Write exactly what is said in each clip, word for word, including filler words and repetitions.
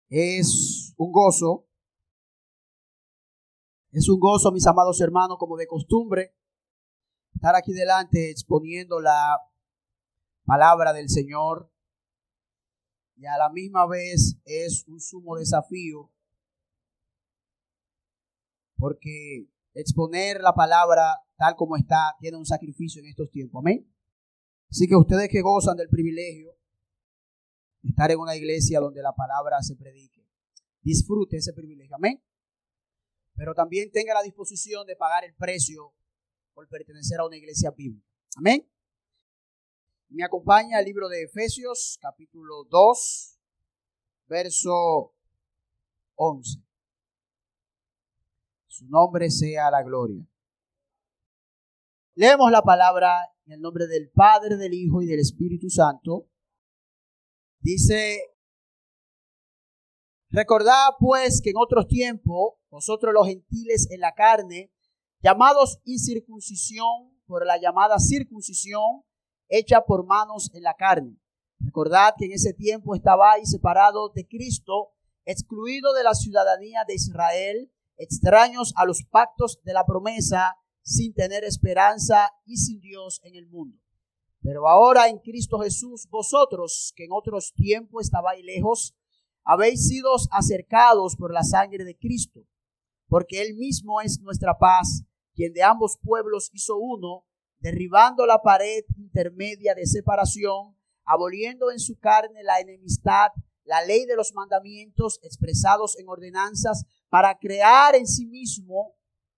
Es un gozo, es un gozo, mis amados hermanos, como de costumbre, estar aquí delante exponiendo la palabra del Señor, y a la misma vez es un sumo desafío, porque exponer la palabra tal como está tiene un sacrificio en estos tiempos. Amén. Así que ustedes que gozan del privilegio de estar en una iglesia donde la palabra se predique, disfrute ese privilegio. Amén. Pero también tenga la disposición de pagar el precio por pertenecer a una iglesia bíblica. Amén. Me acompaña el libro de Efesios, capítulo dos, verso once. Su nombre sea la gloria. Leemos la palabra en el nombre del Padre, del Hijo y del Espíritu Santo. Dice: recordad pues que en otros tiempos, vosotros los gentiles en la carne, llamados incircuncisión por la llamada circuncisión, hecha por manos en la carne. Recordad que en ese tiempo estabais separados de Cristo, excluidos de la ciudadanía de Israel, extraños a los pactos de la promesa, sin tener esperanza y sin Dios en el mundo. Pero ahora en Cristo Jesús, vosotros que en otros tiempos estabais lejos, habéis sido acercados por la sangre de Cristo, porque Él mismo es nuestra paz, quien de ambos pueblos hizo uno, derribando la pared intermedia de separación, aboliendo en su carne la enemistad, la ley de los mandamientos expresados en ordenanzas, para crear en sí mismo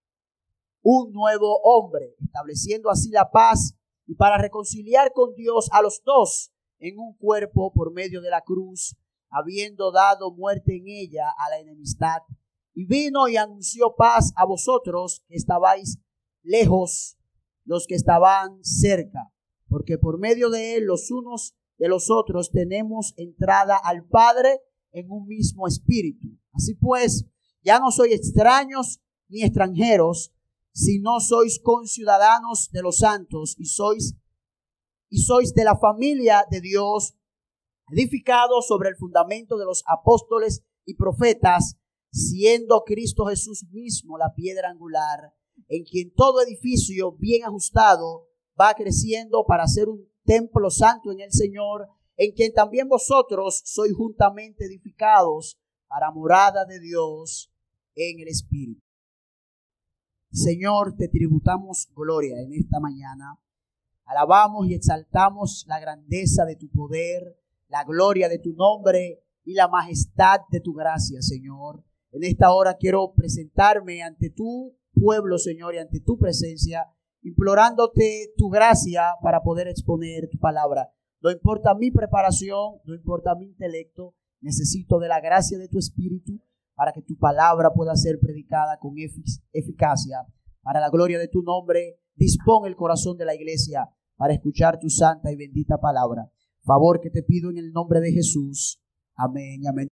un nuevo hombre, estableciendo así la paz, y para reconciliar con Dios a los dos en un cuerpo por medio de la cruz, habiendo dado muerte en ella a la enemistad. Y vino y anunció paz a vosotros que estabais lejos, los que estaban cerca, porque por medio de él los unos de los otros tenemos entrada al Padre en un mismo espíritu. Así pues, ya no sois extraños ni extranjeros, sino sois conciudadanos de los santos y sois, y sois de la familia de Dios, edificados sobre el fundamento de los apóstoles y profetas, siendo Cristo Jesús mismo la piedra angular, en quien todo edificio bien ajustado va creciendo para ser un templo santo en el Señor, en quien también vosotros sois juntamente edificados para morada de Dios en el Espíritu. Señor, te tributamos gloria en esta mañana. Alabamos y exaltamos la grandeza de tu poder, la gloria de tu nombre y la majestad de tu gracia, Señor. En esta hora quiero presentarme ante tu pueblo, Señor, y ante tu presencia, implorándote tu gracia para poder exponer tu palabra. No importa mi preparación, no importa mi intelecto, necesito de la gracia de tu Espíritu para que tu palabra pueda ser predicada con efic- eficacia. Para la gloria de tu nombre, dispón el corazón de la iglesia para escuchar tu santa y bendita palabra. Favor que te pido en el nombre de Jesús. Amén y amén.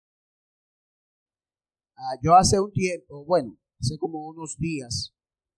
Uh, yo hace un tiempo, bueno, hace como unos días,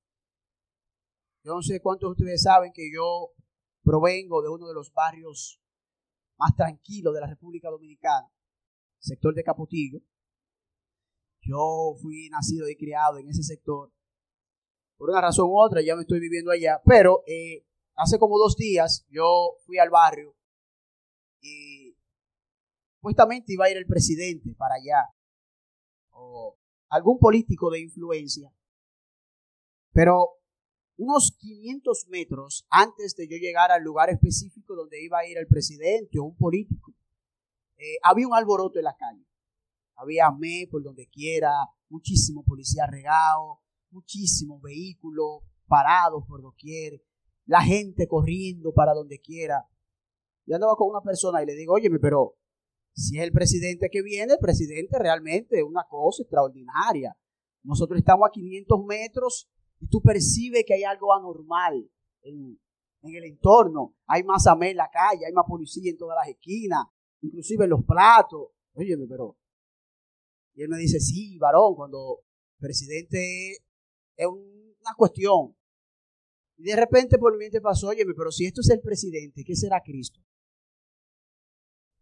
yo no sé cuántos de ustedes saben que yo provengo de uno de los barrios más tranquilos de la República Dominicana, sector de Capotillo. Yo fui nacido y criado en ese sector. Por una razón u otra ya me estoy viviendo allá, pero eh, hace como dos días yo fui al barrio y supuestamente iba a ir el presidente para allá o algún político de influencia, pero unos quinientos metros antes de yo llegar al lugar específico donde iba a ir el presidente o un político, eh, había un alboroto en la calle. Había M E por donde quiera, muchísimo policía regado, muchísimos vehículos parados por doquier, la gente corriendo para donde quiera. Yo andaba con una persona y le digo, óyeme, pero si es el presidente que viene, el presidente realmente es una cosa extraordinaria. Nosotros estamos a quinientos metros y tú percibes que hay algo anormal en, en el entorno. Hay más A M E en la calle, hay más policía en todas las esquinas, inclusive en los platos. Óyeme, pero... Y él me dice, sí, varón, cuando el presidente es una cuestión. Y de repente por mi mente pasó, óyeme, pero si esto es el presidente, ¿qué será Cristo?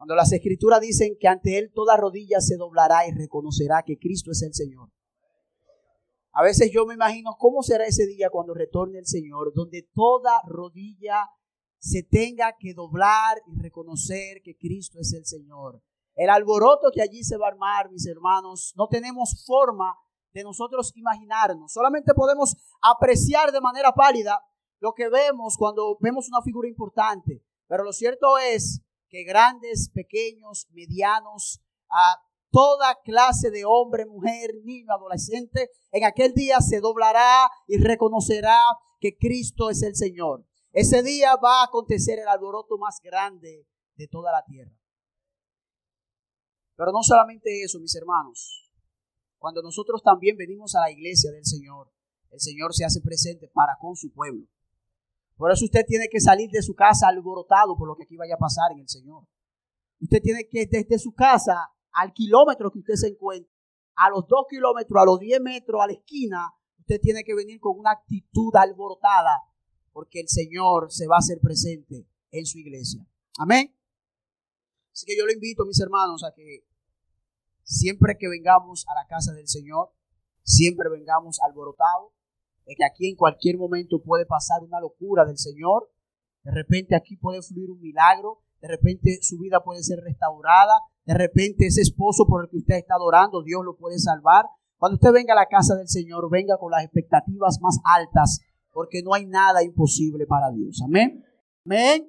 Cuando las Escrituras dicen que ante Él toda rodilla se doblará y reconocerá que Cristo es el Señor. A veces yo me imagino cómo será ese día cuando retorne el Señor, donde toda rodilla se tenga que doblar y reconocer que Cristo es el Señor. El alboroto que allí se va a armar, mis hermanos, no tenemos forma de nosotros imaginarnos. Solamente podemos apreciar de manera pálida lo que vemos cuando vemos una figura importante. Pero lo cierto es que grandes, pequeños, medianos, a toda clase de hombre, mujer, niño, adolescente, en aquel día se doblará y reconocerá que Cristo es el Señor. Ese día va a acontecer el alboroto más grande de toda la tierra. Pero no solamente eso, mis hermanos. Cuando nosotros también venimos a la iglesia del Señor, el Señor se hace presente para con su pueblo. Por eso usted tiene que salir de su casa alborotado por lo que aquí vaya a pasar en el Señor. Usted tiene que desde su casa al kilómetro que usted se encuentre, a los dos kilómetros, a los diez metros, a la esquina, usted tiene que venir con una actitud alborotada porque el Señor se va a hacer presente en su iglesia. Amén. Así que yo le invito, mis hermanos, a que siempre que vengamos a la casa del Señor, siempre vengamos alborotados, de que aquí en cualquier momento puede pasar una locura del Señor. De repente aquí puede fluir un milagro, de repente su vida puede ser restaurada, de repente ese esposo por el que usted está adorando, Dios lo puede salvar. Cuando usted venga a la casa del Señor, venga con las expectativas más altas, porque no hay nada imposible para Dios. Amén. Amén.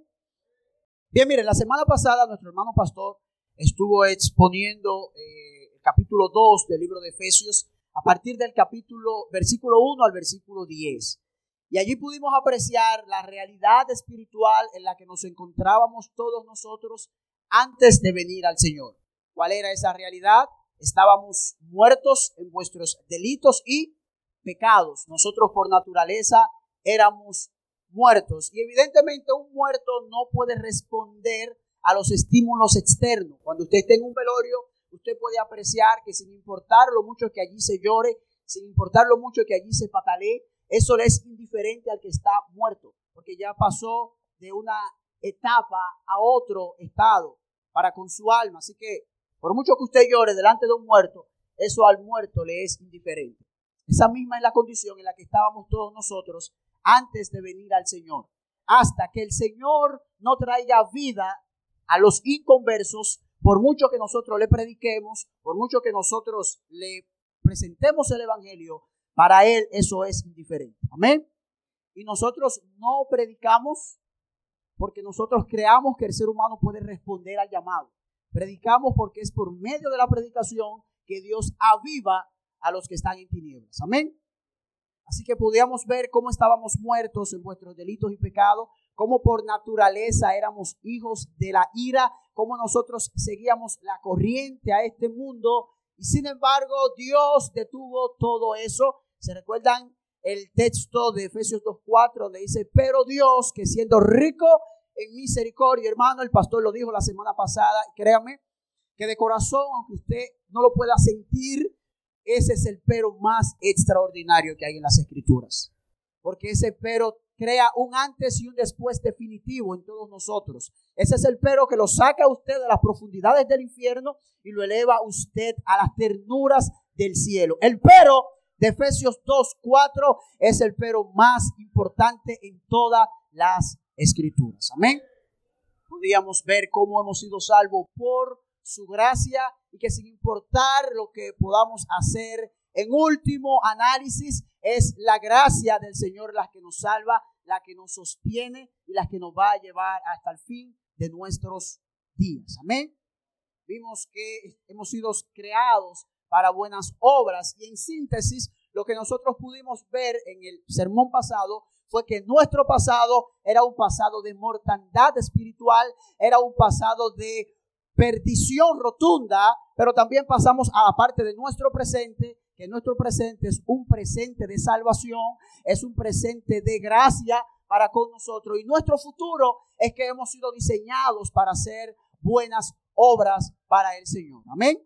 Bien, miren, la semana pasada nuestro hermano pastor estuvo exponiendo eh, el capítulo dos del libro de Efesios a partir del capítulo, versículo uno al versículo diez. Y allí pudimos apreciar la realidad espiritual en la que nos encontrábamos todos nosotros antes de venir al Señor. ¿Cuál era esa realidad? Estábamos muertos en vuestros delitos y pecados. Nosotros por naturaleza éramos muertos. Y evidentemente un muerto no puede responder a los estímulos externos. Cuando usted esté en un velorio, usted puede apreciar que sin importar lo mucho que allí se llore, sin importar lo mucho que allí se patalee, eso le es indiferente al que está muerto, porque ya pasó de una etapa a otro estado para con su alma. Así que por mucho que usted llore delante de un muerto, eso al muerto le es indiferente. Esa misma es la condición en la que estábamos todos nosotros antes de venir al Señor. Hasta que el Señor no traiga vida a los inconversos, por mucho que nosotros le prediquemos, por mucho que nosotros le presentemos el Evangelio, para Él eso es indiferente. Amén. Y nosotros no predicamos porque nosotros creamos que el ser humano puede responder al llamado. Predicamos porque es por medio de la predicación que Dios aviva a los que están en tinieblas. Amén. Así que podíamos ver cómo estábamos muertos en vuestros delitos y pecados, cómo por naturaleza éramos hijos de la ira, cómo nosotros seguíamos la corriente a este mundo y sin embargo Dios detuvo todo eso. ¿Se recuerdan el texto de Efesios dos cuatro donde dice, pero Dios que siendo rico en misericordia, hermano, el pastor lo dijo la semana pasada, y créame que de corazón, aunque usted no lo pueda sentir, ese es el pero más extraordinario que hay en las Escrituras. Porque ese pero crea un antes y un después definitivo en todos nosotros. Ese es el pero que lo saca a usted de las profundidades del infierno y lo eleva a usted a las ternuras del cielo. El pero de Efesios dos cuatro es el pero más importante en todas las Escrituras. Amén. Podríamos ver cómo hemos sido salvos por su gracia y que sin importar lo que podamos hacer, en último análisis es la gracia del Señor la que nos salva, la que nos sostiene y la que nos va a llevar hasta el fin de nuestros días. Amén. Vimos que hemos sido creados para buenas obras y en síntesis lo que nosotros pudimos ver en el sermón pasado fue que nuestro pasado era un pasado de mortandad espiritual, era un pasado de perdición rotunda, pero también pasamos a la parte de nuestro presente, que nuestro presente es un presente de salvación, es un presente de gracia para con nosotros y nuestro futuro es que hemos sido diseñados para hacer buenas obras para el Señor. Amén.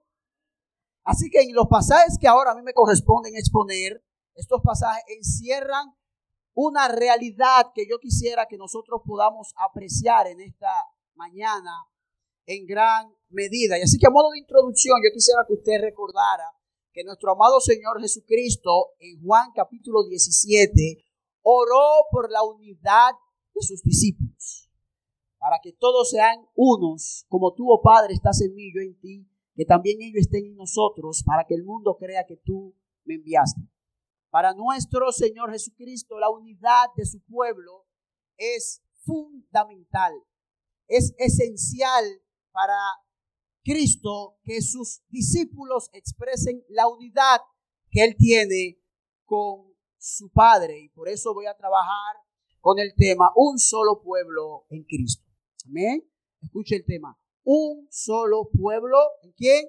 Así que en los pasajes que ahora a mí me corresponden exponer, estos pasajes encierran una realidad que yo quisiera que nosotros podamos apreciar en esta mañana, en gran medida. Y así que a modo de introducción, yo quisiera que usted recordara que nuestro amado Señor Jesucristo en Juan capítulo diecisiete oró por la unidad de sus discípulos, para que todos sean unos, como tú, oh Padre, estás en mí, yo en ti, que también ellos estén en nosotros, para que el mundo crea que tú me enviaste. Para nuestro Señor Jesucristo, la unidad de su pueblo es fundamental, es esencial para Cristo que sus discípulos expresen la unidad que Él tiene con su Padre. Y por eso voy a trabajar con el tema un solo pueblo en Cristo. Amén. Escuche el tema. Un solo pueblo, ¿en quién?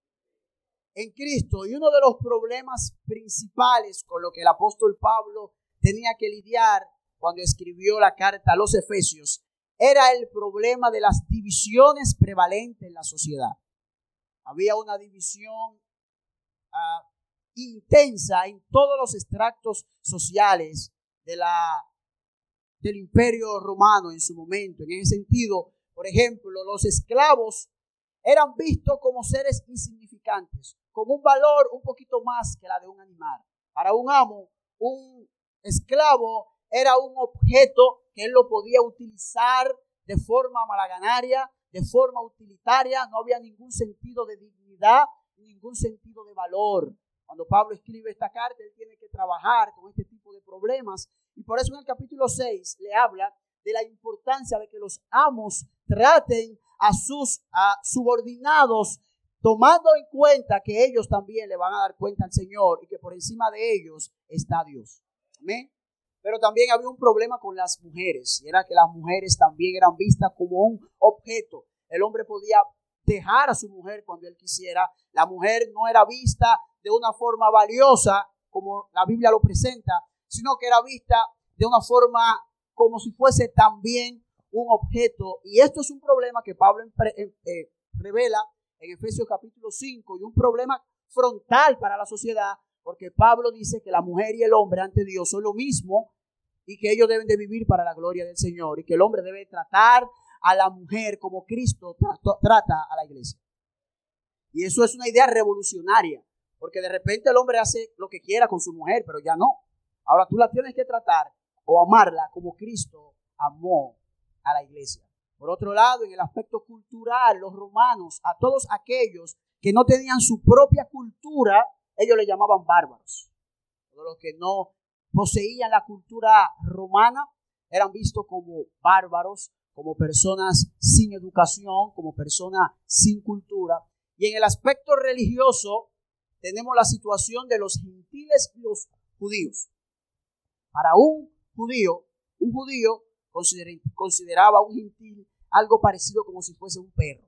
En Cristo. Y uno de los problemas principales con lo que el apóstol Pablo tenía que lidiar cuando escribió la carta a los Efesios era el problema de las divisiones prevalentes en la sociedad. Había una división uh, intensa en todos los extractos sociales de la, del Imperio Romano en su momento. En ese sentido, por ejemplo, los esclavos eran vistos como seres insignificantes, con un valor un poquito más que la de un animal. Para un amo, un esclavo era un objeto que él lo podía utilizar de forma malaganaria, de forma utilitaria. No había ningún sentido de dignidad, ningún sentido de valor. Cuando Pablo escribe esta carta, él tiene que trabajar con este tipo de problemas. Y por eso en el capítulo seis le habla de la importancia de que los amos traten a sus a subordinados, tomando en cuenta que ellos también le van a dar cuenta al Señor y que por encima de ellos está Dios. Amén. Pero también había un problema con las mujeres, y era que las mujeres también eran vistas como un objeto. El hombre podía dejar a su mujer cuando él quisiera. La mujer no era vista de una forma valiosa, como la Biblia lo presenta, sino que era vista de una forma como si fuese también un objeto. Y esto es un problema que Pablo eh, eh, revela en Efesios capítulo cinco, y un problema frontal para la sociedad, porque Pablo dice que la mujer y el hombre ante Dios son lo mismo y que ellos deben de vivir para la gloria del Señor, y que el hombre debe tratar a la mujer como Cristo tra- trata a la iglesia. Y eso es una idea revolucionaria, porque de repente el hombre hace lo que quiera con su mujer, pero ya no. Ahora tú la tienes que tratar o amarla como Cristo amó a la iglesia. Por otro lado, en el aspecto cultural, los romanos, a todos aquellos que no tenían su propia cultura, ellos le llamaban bárbaros. Todos los que no poseían la cultura romana eran vistos como bárbaros, como personas sin educación, como personas sin cultura. Y en el aspecto religioso tenemos la situación de los gentiles y los judíos. Para un judío, un judío consideraba a un gentil algo parecido como si fuese un perro.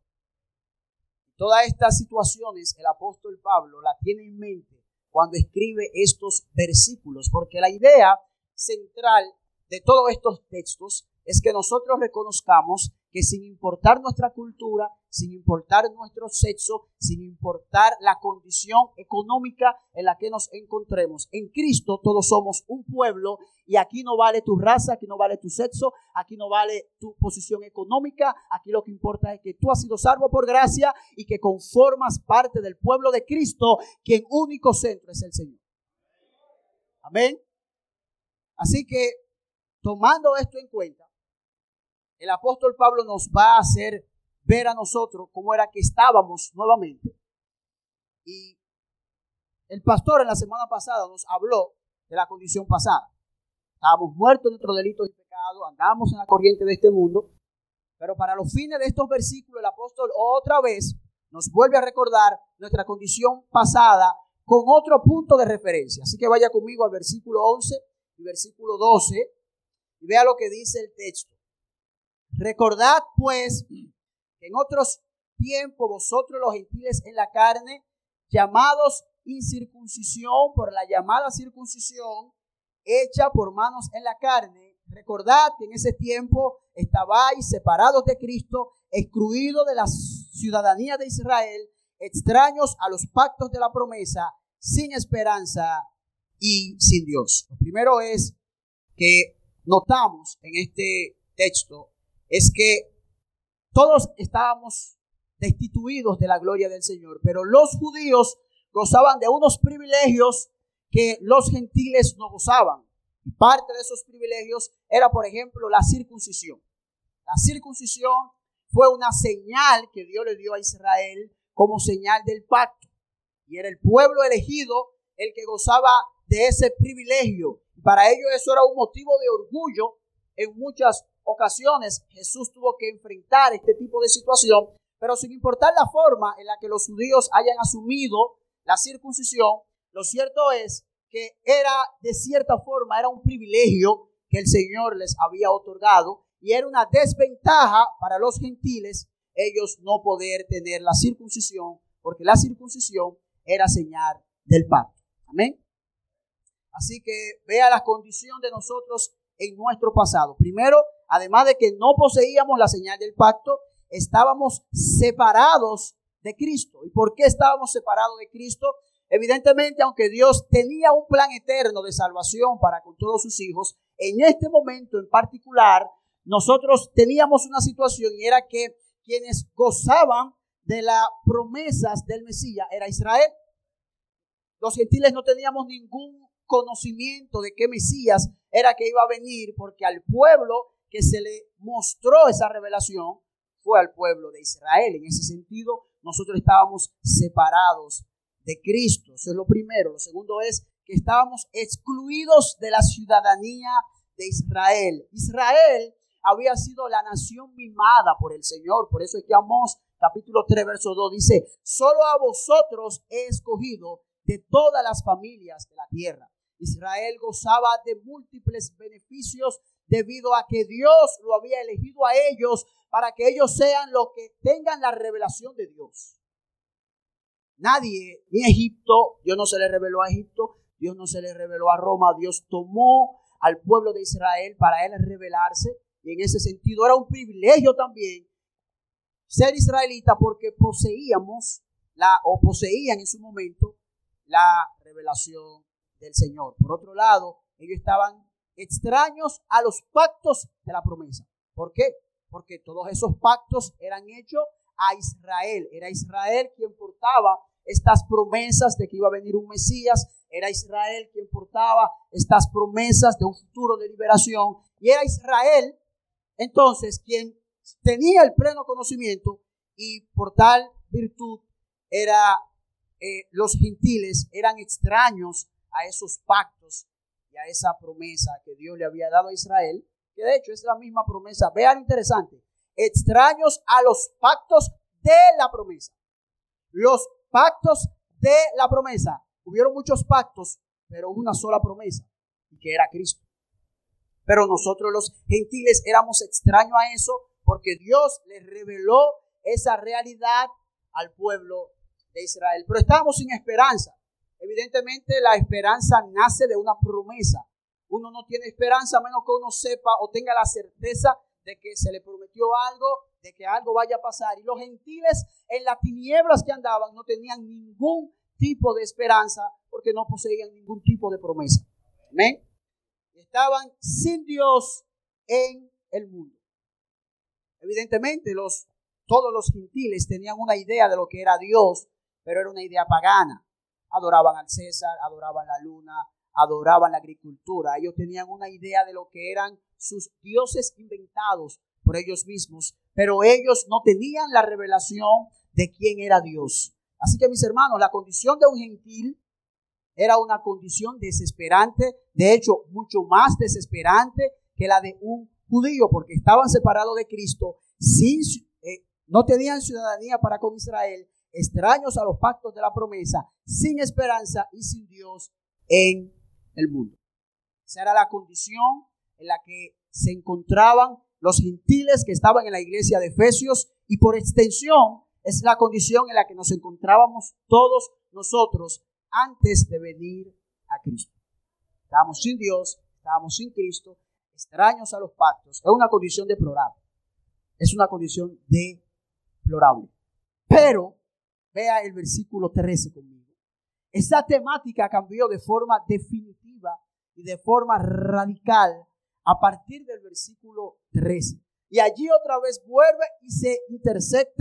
Todas estas situaciones el apóstol Pablo la tiene en mente cuando escribe estos versículos, porque la idea central de todos estos textos es que nosotros reconozcamos que sin importar nuestra cultura, sin importar nuestro sexo, sin importar la condición económica en la que nos encontremos, en Cristo todos somos un pueblo, y aquí no vale tu raza, aquí no vale tu sexo, aquí no vale tu posición económica. Aquí lo que importa es que tú has sido salvo por gracia y que conformas parte del pueblo de Cristo, quien único centro es el Señor. Amén. Así que, tomando esto en cuenta, el apóstol Pablo nos va a hacer ver a nosotros cómo era que estábamos nuevamente. Y el pastor en la semana pasada nos habló de la condición pasada. Estábamos muertos en nuestros delitos y pecados, andábamos en la corriente de este mundo, pero para los fines de estos versículos el apóstol otra vez nos vuelve a recordar nuestra condición pasada con otro punto de referencia. Así que vaya conmigo al versículo once y versículo doce y vea lo que dice el texto. Recordad pues que en otros tiempos vosotros los gentiles en la carne, llamados incircuncisión por la llamada circuncisión hecha por manos en la carne, recordad que en ese tiempo estabais separados de Cristo, excluidos de la ciudadanía de Israel, extraños a los pactos de la promesa, sin esperanza y sin Dios. Lo primero es que notamos en este texto es que todos estábamos destituidos de la gloria del Señor. Pero los judíos gozaban de unos privilegios que los gentiles no gozaban. Y parte de esos privilegios era, por ejemplo, la circuncisión. La circuncisión fue una señal que Dios le dio a Israel como señal del pacto. Y era el pueblo elegido el que gozaba de ese privilegio. Y para ellos eso era un motivo de orgullo. En muchas ocasiones Jesús tuvo que enfrentar este tipo de situación, pero sin importar la forma en la que los judíos hayan asumido la circuncisión, lo cierto es que era de cierta forma, era un privilegio que el Señor les había otorgado y era una desventaja para los gentiles ellos no poder tener la circuncisión, porque la circuncisión era señal del pacto. Amén. Así que vea la condición de nosotros en nuestro pasado. Primero, además de que no poseíamos la señal del pacto, estábamos separados de Cristo. ¿Y por qué estábamos separados de Cristo? Evidentemente, aunque Dios tenía un plan eterno de salvación para con todos sus hijos, en este momento en particular, nosotros teníamos una situación y era que quienes gozaban de las promesas del Mesías era Israel. Los gentiles no teníamos ningún conocimiento de qué Mesías era que iba a venir, porque al pueblo que se le mostró esa revelación fue al pueblo de Israel. En ese sentido, nosotros estábamos separados de Cristo. Eso es lo primero. Lo segundo es que estábamos excluidos de la ciudadanía de Israel. Israel había sido la nación mimada por el Señor. Por eso es que Amós capítulo tres verso dos dice: solo a vosotros he escogido de todas las familias de la tierra. Israel gozaba de múltiples beneficios debido a que Dios lo había elegido a ellos para que ellos sean los que tengan la revelación de Dios. Nadie, ni Egipto, Dios no se le reveló a Egipto, Dios no se le reveló a Roma, Dios tomó al pueblo de Israel para él revelarse, y en ese sentido era un privilegio también ser israelita porque poseíamos la, o poseían en su momento la revelación del Señor. Por otro lado, ellos estaban extraños a los pactos de la promesa. ¿Por qué? Porque todos esos pactos eran hechos a Israel. Era Israel quien portaba estas promesas de que iba a venir un Mesías. Era Israel quien portaba estas promesas de un futuro de liberación. Y era Israel, entonces, quien tenía el pleno conocimiento, y por tal virtud era eh, los gentiles eran extraños a esos pactos y a esa promesa que Dios le había dado a Israel, que de hecho es la misma promesa. Vean interesante, extraños a los pactos de la promesa. Los pactos de la promesa. Hubieron muchos pactos, pero una sola promesa, y que era Cristo. Pero nosotros los gentiles éramos extraños a eso, porque Dios les reveló esa realidad al pueblo de Israel. Pero estábamos sin esperanza. Evidentemente la esperanza nace de una promesa. Uno no tiene esperanza a menos que uno sepa o tenga la certeza de que se le prometió algo, de que algo vaya a pasar. Y los gentiles en las tinieblas que andaban no tenían ningún tipo de esperanza porque no poseían ningún tipo de promesa. Amén. Estaban sin Dios en el mundo. Evidentemente los, todos los gentiles tenían una idea de lo que era Dios, pero era una idea pagana. Adoraban al César, adoraban la luna, adoraban la agricultura. Ellos tenían una idea de lo que eran sus dioses inventados por ellos mismos, pero ellos no tenían la revelación de quién era Dios. Así que, mis hermanos, la condición de un gentil era una condición desesperante, de hecho, mucho más desesperante que la de un judío, porque estaban separados de Cristo, sin, eh, no tenían ciudadanía para con Israel, extraños a los pactos de la promesa, sin esperanza y sin Dios en el mundo. Esa era la condición en la que se encontraban los gentiles que estaban en la iglesia de Efesios, y por extensión es la condición en la que nos encontrábamos todos nosotros antes de venir a Cristo. Estábamos sin Dios, estábamos sin Cristo, extraños a los pactos. Es una condición deplorable. Es una condición deplorable. Pero vea el versículo trece conmigo. Esa temática cambió de forma definitiva y de forma radical a partir del versículo trece. Y allí otra vez vuelve y se intersecta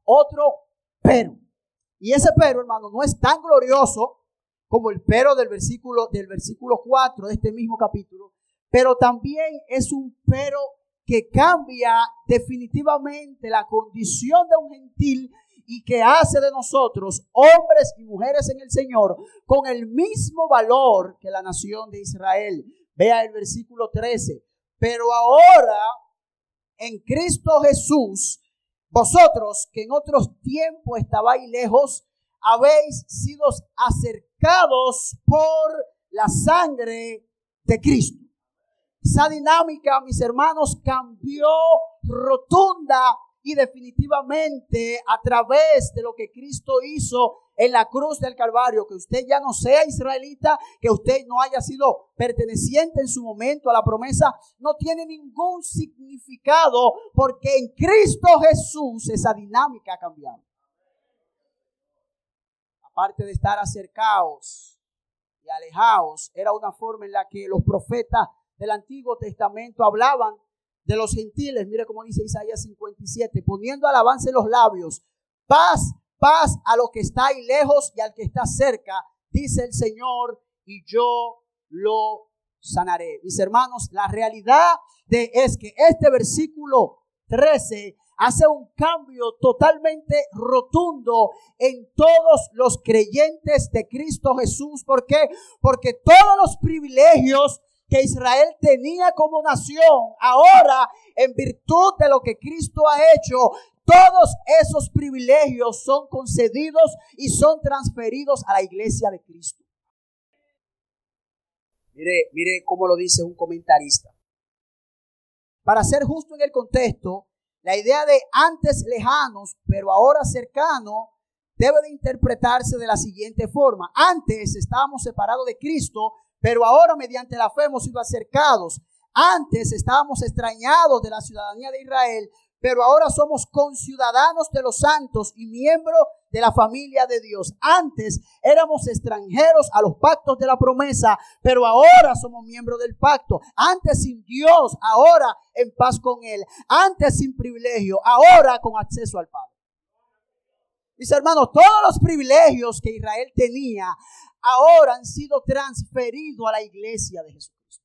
otro pero. Y ese pero, hermano, no es tan glorioso como el pero del versículo, del versículo cuatro de este mismo capítulo, pero también es un pero que cambia definitivamente la condición de un gentil y que hace de nosotros hombres y mujeres en el Señor con el mismo valor que la nación de Israel. Vea el versículo trece. Pero ahora, en Cristo Jesús, vosotros que en otros tiempos estabais lejos, habéis sido acercados por la sangre de Cristo. Esa dinámica, mis hermanos, cambió rotunda y definitivamente a través de lo que Cristo hizo en la cruz del Calvario. Que usted ya no sea israelita, que usted no haya sido perteneciente en su momento a la promesa, no tiene ningún significado, porque en Cristo Jesús esa dinámica ha cambiado. Aparte de estar acercados y alejados, era una forma en la que los profetas del Antiguo Testamento hablaban de los gentiles. Mire cómo dice Isaías cincuenta y siete, poniendo alabanza en los labios, paz, paz a los que está ahí lejos y al que está cerca, dice el Señor, y yo lo sanaré. Mis hermanos, la realidad de es que este versículo trece hace un cambio totalmente rotundo en todos los creyentes de Cristo Jesús. ¿Por qué? Porque todos los privilegios que Israel tenía como nación, ahora en virtud de lo que Cristo ha hecho, todos esos privilegios son concedidos y son transferidos a la iglesia de Cristo. Mire, mire cómo lo dice un comentarista. Para ser justo en el contexto, la idea de antes lejanos, pero ahora cercano, debe de interpretarse de la siguiente forma. Antes estábamos separados de Cristo, pero ahora mediante la fe hemos sido acercados. Antes estábamos extrañados de la ciudadanía de Israel, pero ahora somos conciudadanos de los santos y miembros de la familia de Dios. Antes éramos extranjeros a los pactos de la promesa, pero ahora somos miembros del pacto. Antes sin Dios, ahora en paz con Él. Antes sin privilegio, ahora con acceso al Padre. Mis hermanos, todos los privilegios que Israel tenía ahora han sido transferidos a la iglesia de Jesucristo.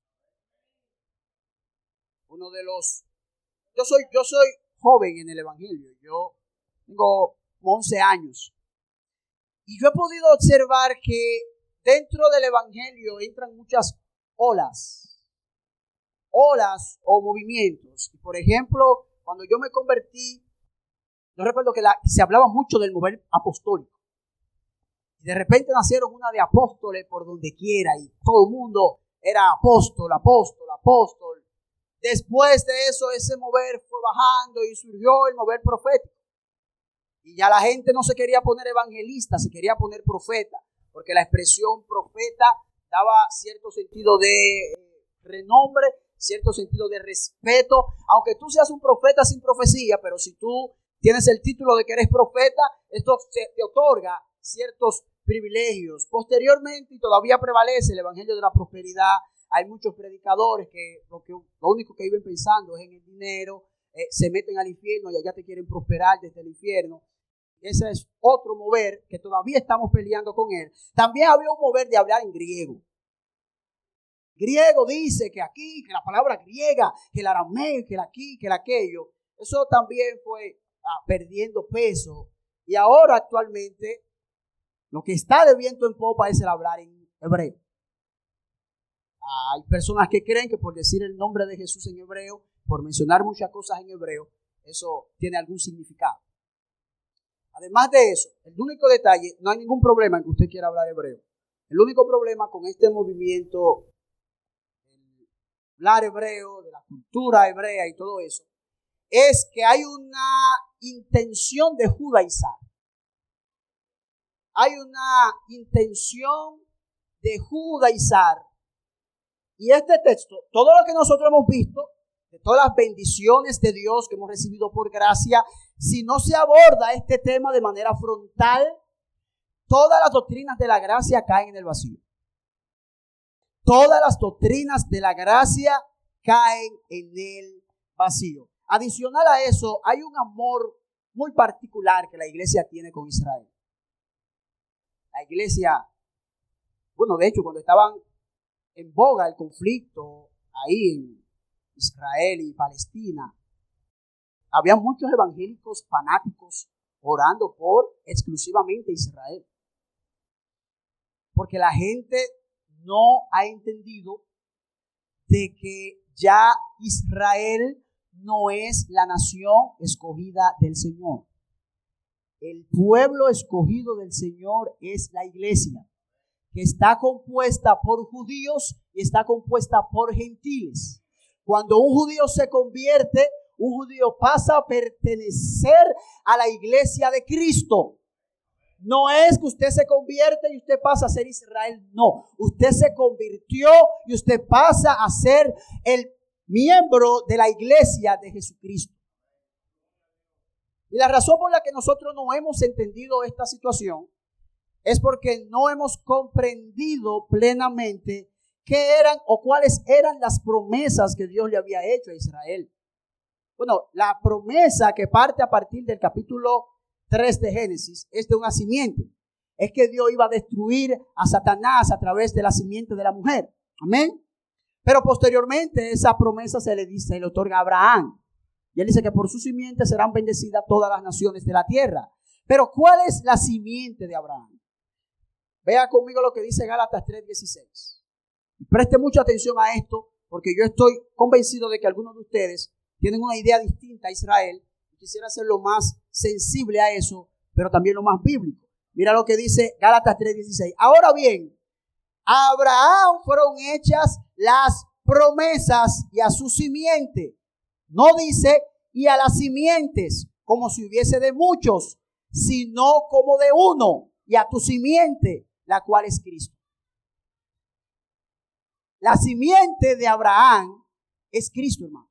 Uno de los, yo soy, yo soy joven en el evangelio, yo tengo once años y yo he podido observar que dentro del evangelio entran muchas olas, olas o movimientos. Y por ejemplo, cuando yo me convertí, yo recuerdo que la, se hablaba mucho del mover apostólico. Y de repente nacieron una de apóstoles por donde quiera y todo el mundo era apóstol, apóstol, apóstol. Después de eso, ese mover fue bajando y surgió el mover profético. Y ya la gente no se quería poner evangelista, se quería poner profeta, porque la expresión profeta daba cierto sentido de renombre, cierto sentido de respeto. Aunque tú seas un profeta sin profecía, pero si tú tienes el título de que eres profeta, esto te otorga ciertos privilegios. Posteriormente, y todavía prevalece el evangelio de la prosperidad, hay muchos predicadores que lo, que lo único que viven pensando es en el dinero, eh, se meten al infierno y allá te quieren prosperar desde el infierno. Ese es otro mover que todavía estamos peleando con él. También había un mover de hablar en griego. Griego dice que aquí, que la palabra griega, que el arameo, que el aquí, que el aquello. Eso también fue ah, perdiendo peso. Y ahora actualmente lo que está de viento en popa es el hablar en hebreo. Hay personas que creen que por decir el nombre de Jesús en hebreo, por mencionar muchas cosas en hebreo, eso tiene algún significado. Además de eso, el único detalle, no hay ningún problema en que usted quiera hablar hebreo. El único problema con este movimiento, el hablar hebreo, de la cultura hebrea y todo eso, es que hay una intención de judaizar. Hay una intención de judaizar. Y este texto, todo lo que nosotros hemos visto, de todas las bendiciones de Dios que hemos recibido por gracia, si no se aborda este tema de manera frontal, todas las doctrinas de la gracia caen en el vacío. Todas las doctrinas de la gracia caen en el vacío. Adicional a eso, hay un amor muy particular que la iglesia tiene con Israel. La iglesia, bueno, de hecho, cuando estaban en boga el conflicto ahí en Israel y Palestina, había muchos evangélicos fanáticos orando por exclusivamente Israel. Porque la gente no ha entendido de que ya Israel no es la nación escogida del Señor. El pueblo escogido del Señor es la iglesia, que está compuesta por judíos y está compuesta por gentiles. Cuando un judío se convierte, un judío pasa a pertenecer a la iglesia de Cristo. No es que usted se convierte y usted pasa a ser Israel. No, usted se convirtió y usted pasa a ser el miembro de la iglesia de Jesucristo. Y la razón por la que nosotros no hemos entendido esta situación es porque no hemos comprendido plenamente qué eran o cuáles eran las promesas que Dios le había hecho a Israel. Bueno, la promesa que parte a partir del capítulo tres de Génesis es de una simiente. Es que Dios iba a destruir a Satanás a través de la simiente de la mujer. Amén. Pero posteriormente esa promesa se le dice, se le otorga a Abraham. Y él dice que por su simiente serán bendecidas todas las naciones de la tierra. Pero ¿cuál es la simiente de Abraham? Vea conmigo lo que dice Gálatas tres dieciséis. Y preste mucha atención a esto, porque yo estoy convencido de que algunos de ustedes tienen una idea distinta a Israel. Y quisiera ser lo más sensible a eso, pero también lo más bíblico. Mira lo que dice Gálatas tres dieciséis. Ahora bien, a Abraham fueron hechas las promesas y a su simiente. No dice y a las simientes, como si hubiese de muchos, sino como de uno, y a tu simiente, la cual es Cristo. La simiente de Abraham es Cristo, hermano.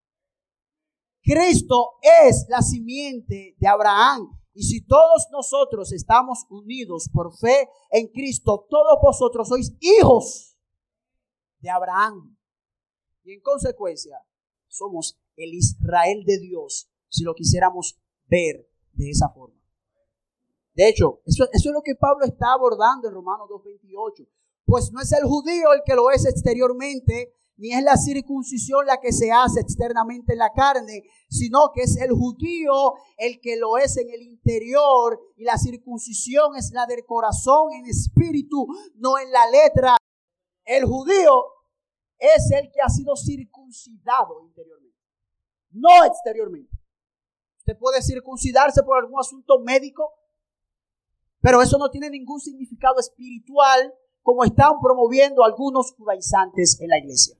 Cristo es la simiente de Abraham. Y si todos nosotros estamos unidos por fe en Cristo, todos vosotros sois hijos de Abraham. Y en consecuencia, somos el Israel de Dios, si lo quisiéramos ver de esa forma. De hecho, eso, eso es lo que Pablo está abordando en Romanos dos veintiocho. Pues no es el judío el que lo es exteriormente, ni es la circuncisión la que se hace externamente en la carne, sino que es el judío el que lo es en el interior, y la circuncisión es la del corazón en espíritu, no en la letra. El judío es el que ha sido circuncidado interiormente, no exteriormente. Usted puede circuncidarse por algún asunto médico, pero eso no tiene ningún significado espiritual, como están promoviendo algunos judaizantes en la iglesia.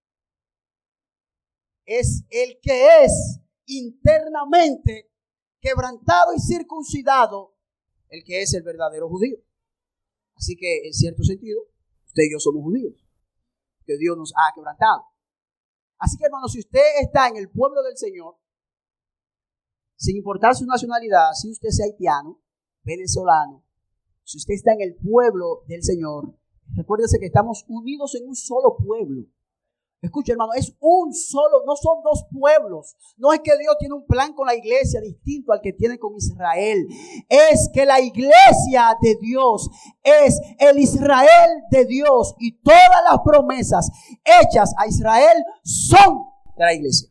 Es el que es internamente quebrantado y circuncidado, el que es el verdadero judío. Así que, en cierto sentido, usted y yo somos judíos, que Dios nos ha quebrantado. Así que, hermano, si usted está en el pueblo del Señor, sin importar su nacionalidad, si usted es haitiano, venezolano, si usted está en el pueblo del Señor, recuérdese que estamos unidos en un solo pueblo. Escucha, hermano, es un solo, no son dos pueblos. No es que Dios tiene un plan con la iglesia distinto al que tiene con Israel. Es que la iglesia de Dios es el Israel de Dios, y todas las promesas hechas a Israel son de la iglesia.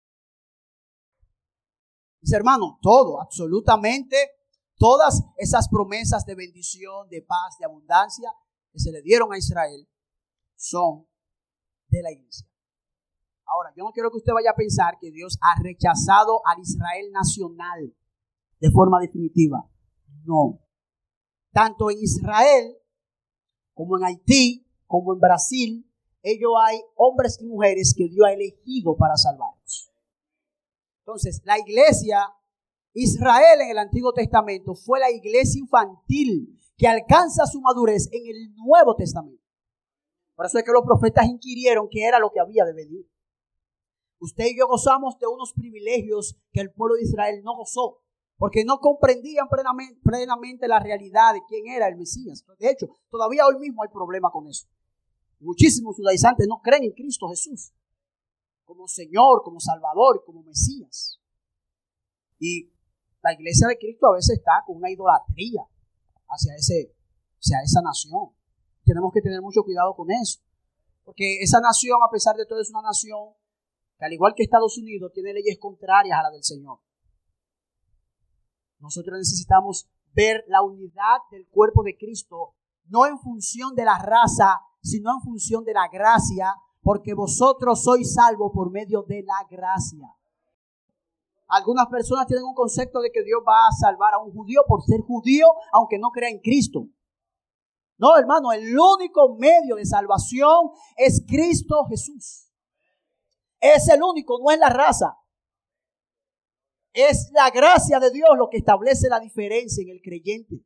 Dice, hermano, todo, absolutamente todas esas promesas de bendición, de paz, de abundancia que se le dieron a Israel son de la iglesia. Ahora, yo no quiero que usted vaya a pensar que Dios ha rechazado al Israel nacional de forma definitiva. No. Tanto en Israel como en Haití, como en Brasil, ellos hay hombres y mujeres que Dios ha elegido para salvarlos. Entonces, la iglesia Israel en el Antiguo Testamento fue la iglesia infantil que alcanza su madurez en el Nuevo Testamento. Por eso es que los profetas inquirieron qué era lo que había de venir. Usted y yo gozamos de unos privilegios que el pueblo de Israel no gozó, porque no comprendían plenamente, plenamente la realidad de quién era el Mesías. De hecho, todavía hoy mismo hay problema con eso. Muchísimos judaizantes no creen en Cristo Jesús como Señor, como Salvador y como Mesías. Y La iglesia de Cristo a veces está con una idolatría hacia, ese, hacia esa nación. Tenemos que tener mucho cuidado con eso. Porque esa nación, a pesar de todo, es una nación que, al igual que Estados Unidos, tiene leyes contrarias a la del Señor. Nosotros necesitamos ver la unidad del cuerpo de Cristo, no en función de la raza, sino en función de la gracia, porque vosotros sois salvos por medio de la gracia. Algunas personas tienen un concepto de que Dios va a salvar a un judío por ser judío, aunque no crea en Cristo. No, hermano, el único medio de salvación es Cristo Jesús. Es el único, no es la raza. Es la gracia de Dios lo que establece la diferencia en el creyente.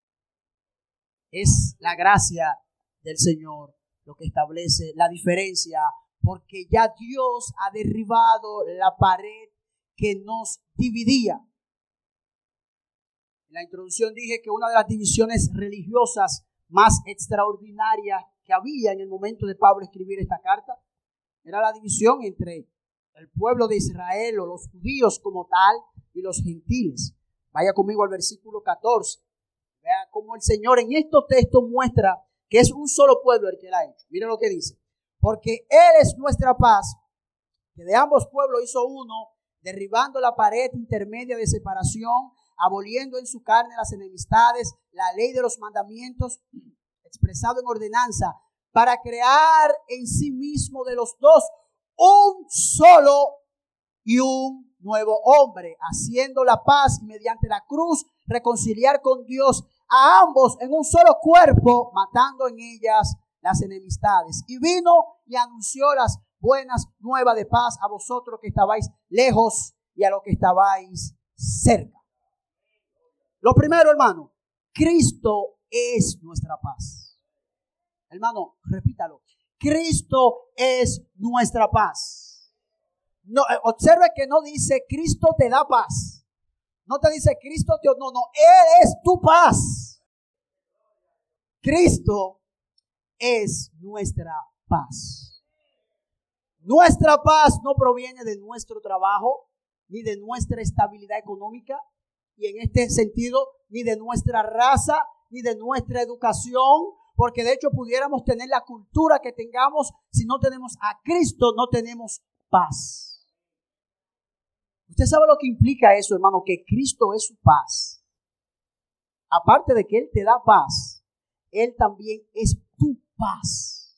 Es la gracia del Señor lo que establece la diferencia, porque ya Dios ha derribado la pared que nos dividía. En la introducción dije que una de las divisiones religiosas más extraordinarias que había en el momento de Pablo escribir esta carta era la división entre el pueblo de Israel o los judíos como tal y los gentiles. Vaya conmigo al versículo catorce. Vea cómo el Señor en estos textos muestra que es un solo pueblo el que la ha hecho. Mira lo que dice. Porque Él es nuestra paz, que de ambos pueblos hizo uno, derribando la pared intermedia de separación, aboliendo en su carne las enemistades, la ley de los mandamientos expresado en ordenanza, para crear en sí mismo de los dos un solo y un nuevo hombre, haciendo la paz y mediante la cruz reconciliar con Dios a ambos en un solo cuerpo, matando en ellas las enemistades. Y vino y anunció las buenas nuevas de paz a vosotros que estabais lejos y a los que estabais cerca. Lo primero, hermano, Cristo es nuestra paz. Hermano, repítalo. Cristo es nuestra paz. No, observe que no dice Cristo te da paz. No te dice Cristo te... No, no. Él es tu paz. Cristo es nuestra paz. Nuestra paz no proviene de nuestro trabajo, ni de nuestra estabilidad económica, y en este sentido, ni de nuestra raza, ni de nuestra educación, porque de hecho pudiéramos tener la cultura que tengamos, si no tenemos a Cristo, no tenemos paz. Usted sabe lo que implica eso, hermano, que Cristo es su paz. Aparte de que Él te da paz, Él también es tu paz.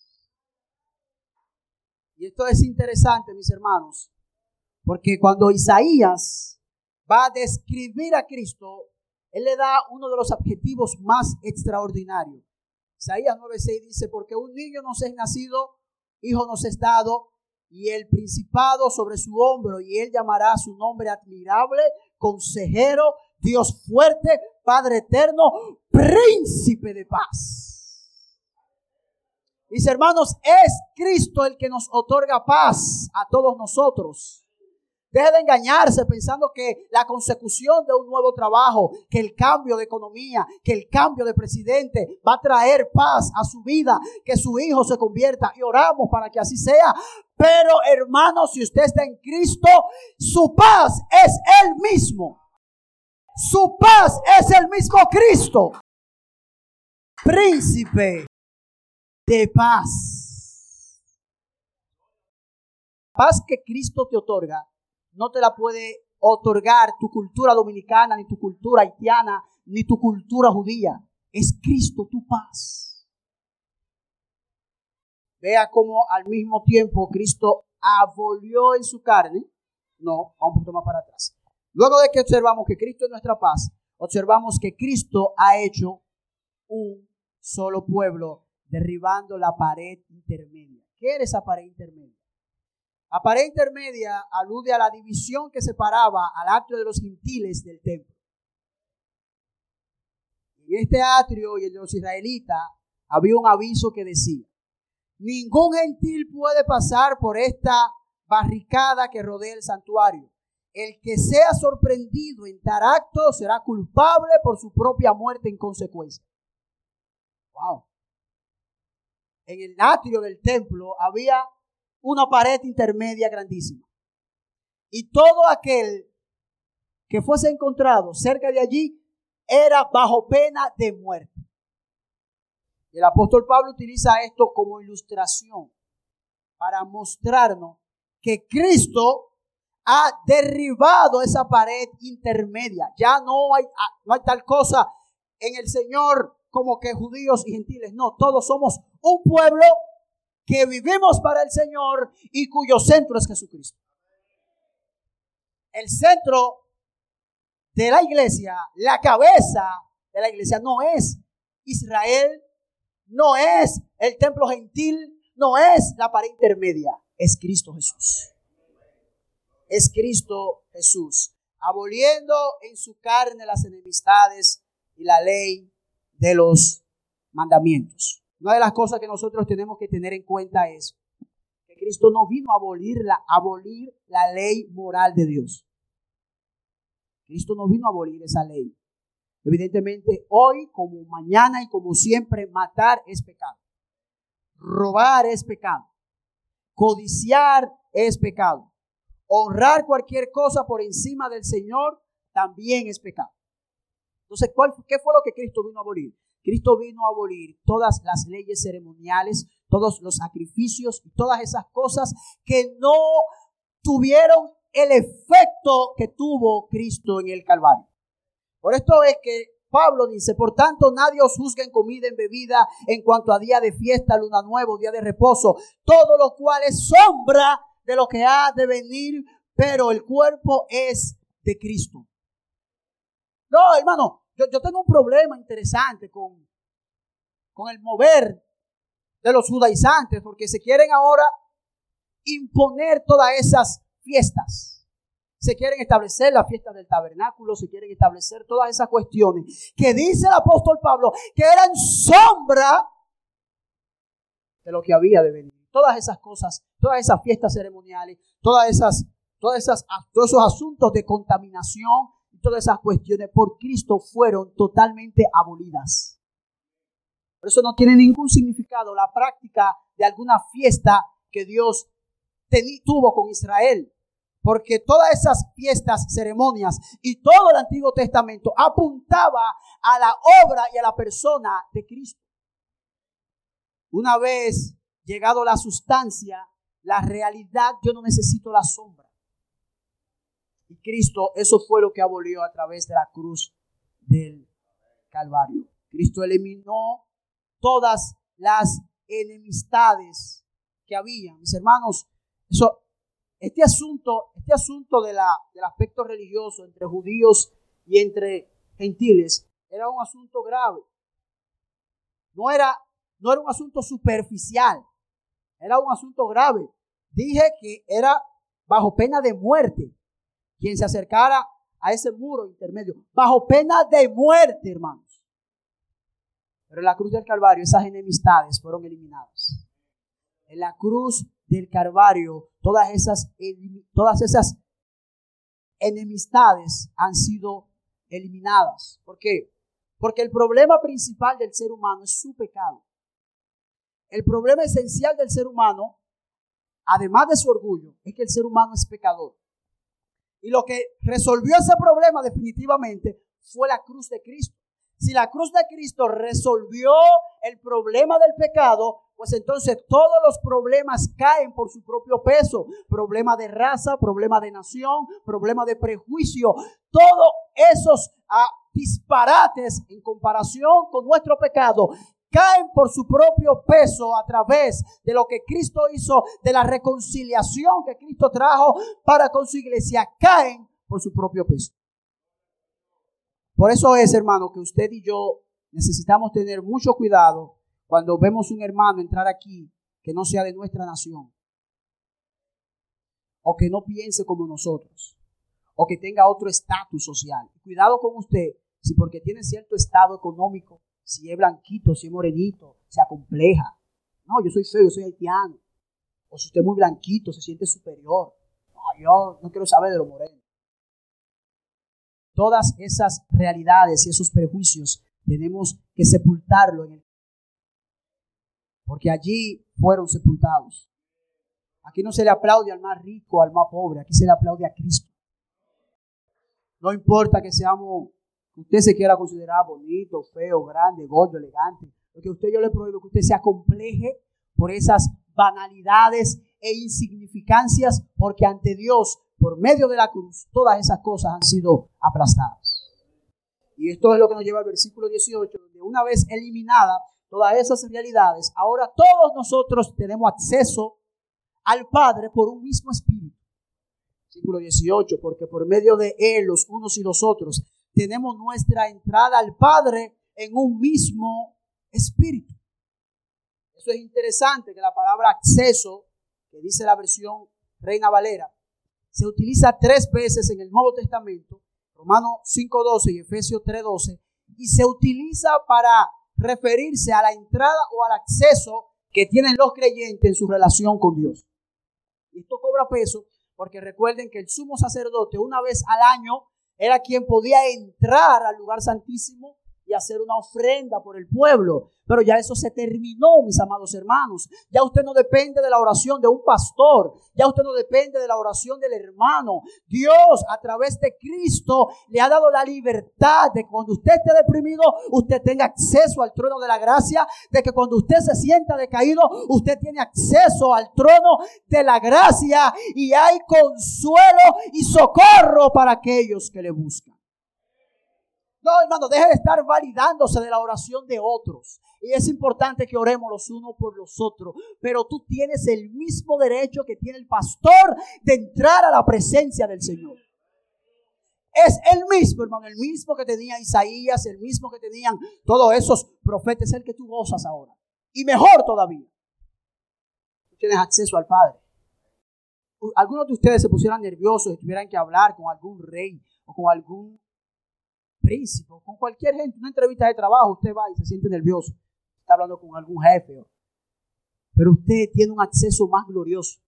Y esto es interesante, mis hermanos, porque cuando Isaías va a describir a Cristo, Él le da uno de los adjetivos más extraordinarios. Isaías nueve seis dice, porque un niño nos es nacido, hijo nos es dado, y el principado sobre su hombro, y él llamará su nombre admirable, consejero, Dios fuerte, Padre eterno, príncipe de paz. Mis hermanos, es Cristo el que nos otorga paz a todos nosotros. Deje de engañarse pensando que la consecución de un nuevo trabajo, que el cambio de economía, que el cambio de presidente va a traer paz a su vida, que su hijo se convierta, y oramos para que así sea. Pero hermano, si usted está en Cristo, su paz es Él mismo. Su paz es el mismo Cristo. Príncipe de paz. Paz que Cristo te otorga no te la puede otorgar tu cultura dominicana, ni tu cultura haitiana, ni tu cultura judía. Es Cristo tu paz. Vea cómo al mismo tiempo Cristo abolió en su carne. No, vamos un poquito más para atrás. Luego de que observamos que Cristo es nuestra paz, observamos que Cristo ha hecho un solo pueblo, derribando la pared intermedia. ¿Qué era esa pared intermedia? La pared intermedia alude a la división que separaba al atrio de los gentiles del templo. En este atrio y el de los israelitas había un aviso que decía: ningún gentil puede pasar por esta barricada que rodea el santuario. El que sea sorprendido en tal acto será culpable por su propia muerte en consecuencia. Wow. En el atrio del templo había una pared intermedia grandísima. Y todo aquel que fuese encontrado cerca de allí era bajo pena de muerte. El apóstol Pablo utiliza esto como ilustración para mostrarnos que Cristo ha derribado esa pared intermedia. Ya no hay, no hay tal cosa en el Señor como que judíos y gentiles. No, todos somos un pueblo que vivimos para el Señor y cuyo centro es Jesucristo. El centro de la iglesia, la cabeza de la iglesia no es Israel, no es el templo gentil, no es la pared intermedia, es Cristo Jesús. Es Cristo Jesús, aboliendo en su carne las enemistades y la ley de los mandamientos. Una de las cosas que nosotros tenemos que tener en cuenta es que Cristo no vino a abolir la, abolir la ley moral de Dios. Cristo no vino a abolir esa ley. Evidentemente, hoy, como mañana y como siempre, matar es pecado. Robar es pecado. Codiciar es pecado. Honrar cualquier cosa por encima del Señor también es pecado. Entonces, ¿cuál, ¿qué fue lo que Cristo vino a abolir? Cristo vino a abolir todas las leyes ceremoniales, todos los sacrificios y todas esas cosas que no tuvieron el efecto que tuvo Cristo en el Calvario. Por esto es que Pablo dice, por tanto nadie os juzgue en comida, en bebida, en cuanto a día de fiesta, luna nueva, día de reposo, todo lo cual es sombra de lo que ha de venir, pero el cuerpo es de Cristo. No, hermano, yo, yo tengo un problema interesante con, con el mover de los judaizantes, porque se quieren ahora imponer todas esas fiestas. Se quieren establecer las fiestas del tabernáculo, se quieren establecer todas esas cuestiones que dice el apóstol Pablo que eran sombra de lo que había de venir. Todas esas cosas, todas esas fiestas ceremoniales, todas esas, todas esas, todos esos asuntos de contaminación y todas esas cuestiones por Cristo fueron totalmente abolidas. Por eso no tiene ningún significado la práctica de alguna fiesta que Dios tení, tuvo con Israel. Porque todas esas fiestas, ceremonias y todo el Antiguo Testamento apuntaba a la obra y a la persona de Cristo. Una vez llegado la sustancia, la realidad, yo no necesito la sombra. Y Cristo, eso fue lo que abolió a través de la cruz del Calvario. Cristo eliminó todas las enemistades que había. Mis hermanos, eso... Este asunto, este asunto de la, del aspecto religioso entre judíos y entre gentiles era un asunto grave. No era, no era un asunto superficial, era un asunto grave. Dije que era bajo pena de muerte quien se acercara a ese muro intermedio. Bajo pena de muerte, hermanos. Pero en la cruz del Calvario esas enemistades fueron eliminadas. En la cruz del Calvario, todas esas, todas esas enemistades han sido eliminadas. ¿Por qué? Porque el problema principal del ser humano es su pecado. El problema esencial del ser humano, además de su orgullo, es que el ser humano es pecador. Y lo que resolvió ese problema definitivamente fue la cruz de Cristo. Si la cruz de Cristo resolvió el problema del pecado, pues entonces todos los problemas caen por su propio peso. Problema de raza, problema de nación, problema de prejuicio. Todos esos ah, disparates en comparación con nuestro pecado caen por su propio peso a través de lo que Cristo hizo, de la reconciliación que Cristo trajo para con su iglesia. Caen por su propio peso. Por eso es, hermano, que usted y yo necesitamos tener mucho cuidado cuando vemos un hermano entrar aquí que no sea de nuestra nación, o que no piense como nosotros, o que tenga otro estatus social. Cuidado con usted, si porque tiene cierto estado económico, si es blanquito, si es morenito, se acompleja. No, yo soy feo, yo soy haitiano. O si usted es muy blanquito, se siente superior. No, yo no quiero saber de lo moreno. Todas esas realidades y esos prejuicios tenemos que sepultarlo en el, porque allí fueron sepultados. Aquí no se le aplaude al más rico, al más pobre, aquí se le aplaude a Cristo. No importa que seamos, que usted se quiera considerar bonito, feo, grande, gordo, elegante. Porque usted yo le prohíbo que usted se acompleje por esas banalidades e insignificancias, porque ante Dios, por medio de la cruz, todas esas cosas han sido aplastadas. Y esto es lo que nos lleva al versículo dieciocho, donde una vez eliminada todas esas realidades, ahora todos nosotros tenemos acceso al Padre por un mismo espíritu. Versículo dieciocho, porque por medio de Él, los unos y los otros, tenemos nuestra entrada al Padre en un mismo espíritu. Eso es interesante, que la palabra acceso, que dice la versión Reina Valera, se utiliza tres veces en el Nuevo Testamento, Romanos cinco doce y Efesios tres doce, y se utiliza para referirse a la entrada o al acceso que tienen los creyentes en su relación con Dios. Y esto cobra peso porque recuerden que el sumo sacerdote una vez al año era quien podía entrar al lugar santísimo y hacer una ofrenda por el pueblo. Pero ya eso se terminó, mis amados hermanos. Ya usted no depende de la oración de un pastor. Ya usted no depende de la oración del hermano. Dios, a través de Cristo, le ha dado la libertad de que cuando usted esté deprimido, usted tenga acceso al trono de la gracia. De que cuando usted se sienta decaído, usted tiene acceso al trono de la gracia. Y hay consuelo y socorro para aquellos que le buscan. No, hermano, deje de estar validándose de la oración de otros. Y es importante que oremos los unos por los otros. Pero tú tienes el mismo derecho que tiene el pastor de entrar a la presencia del Señor. Es el mismo, hermano, el mismo que tenía Isaías, el mismo que tenían todos esos profetas, el que tú gozas ahora. Y mejor todavía, tú tienes acceso al Padre. Algunos de ustedes se pusieran nerviosos y tuvieran que hablar con algún rey o con algún príncipe, con cualquier gente, una entrevista de trabajo, usted va y se siente nervioso, está hablando con algún jefe, pero usted tiene un acceso más glorioso.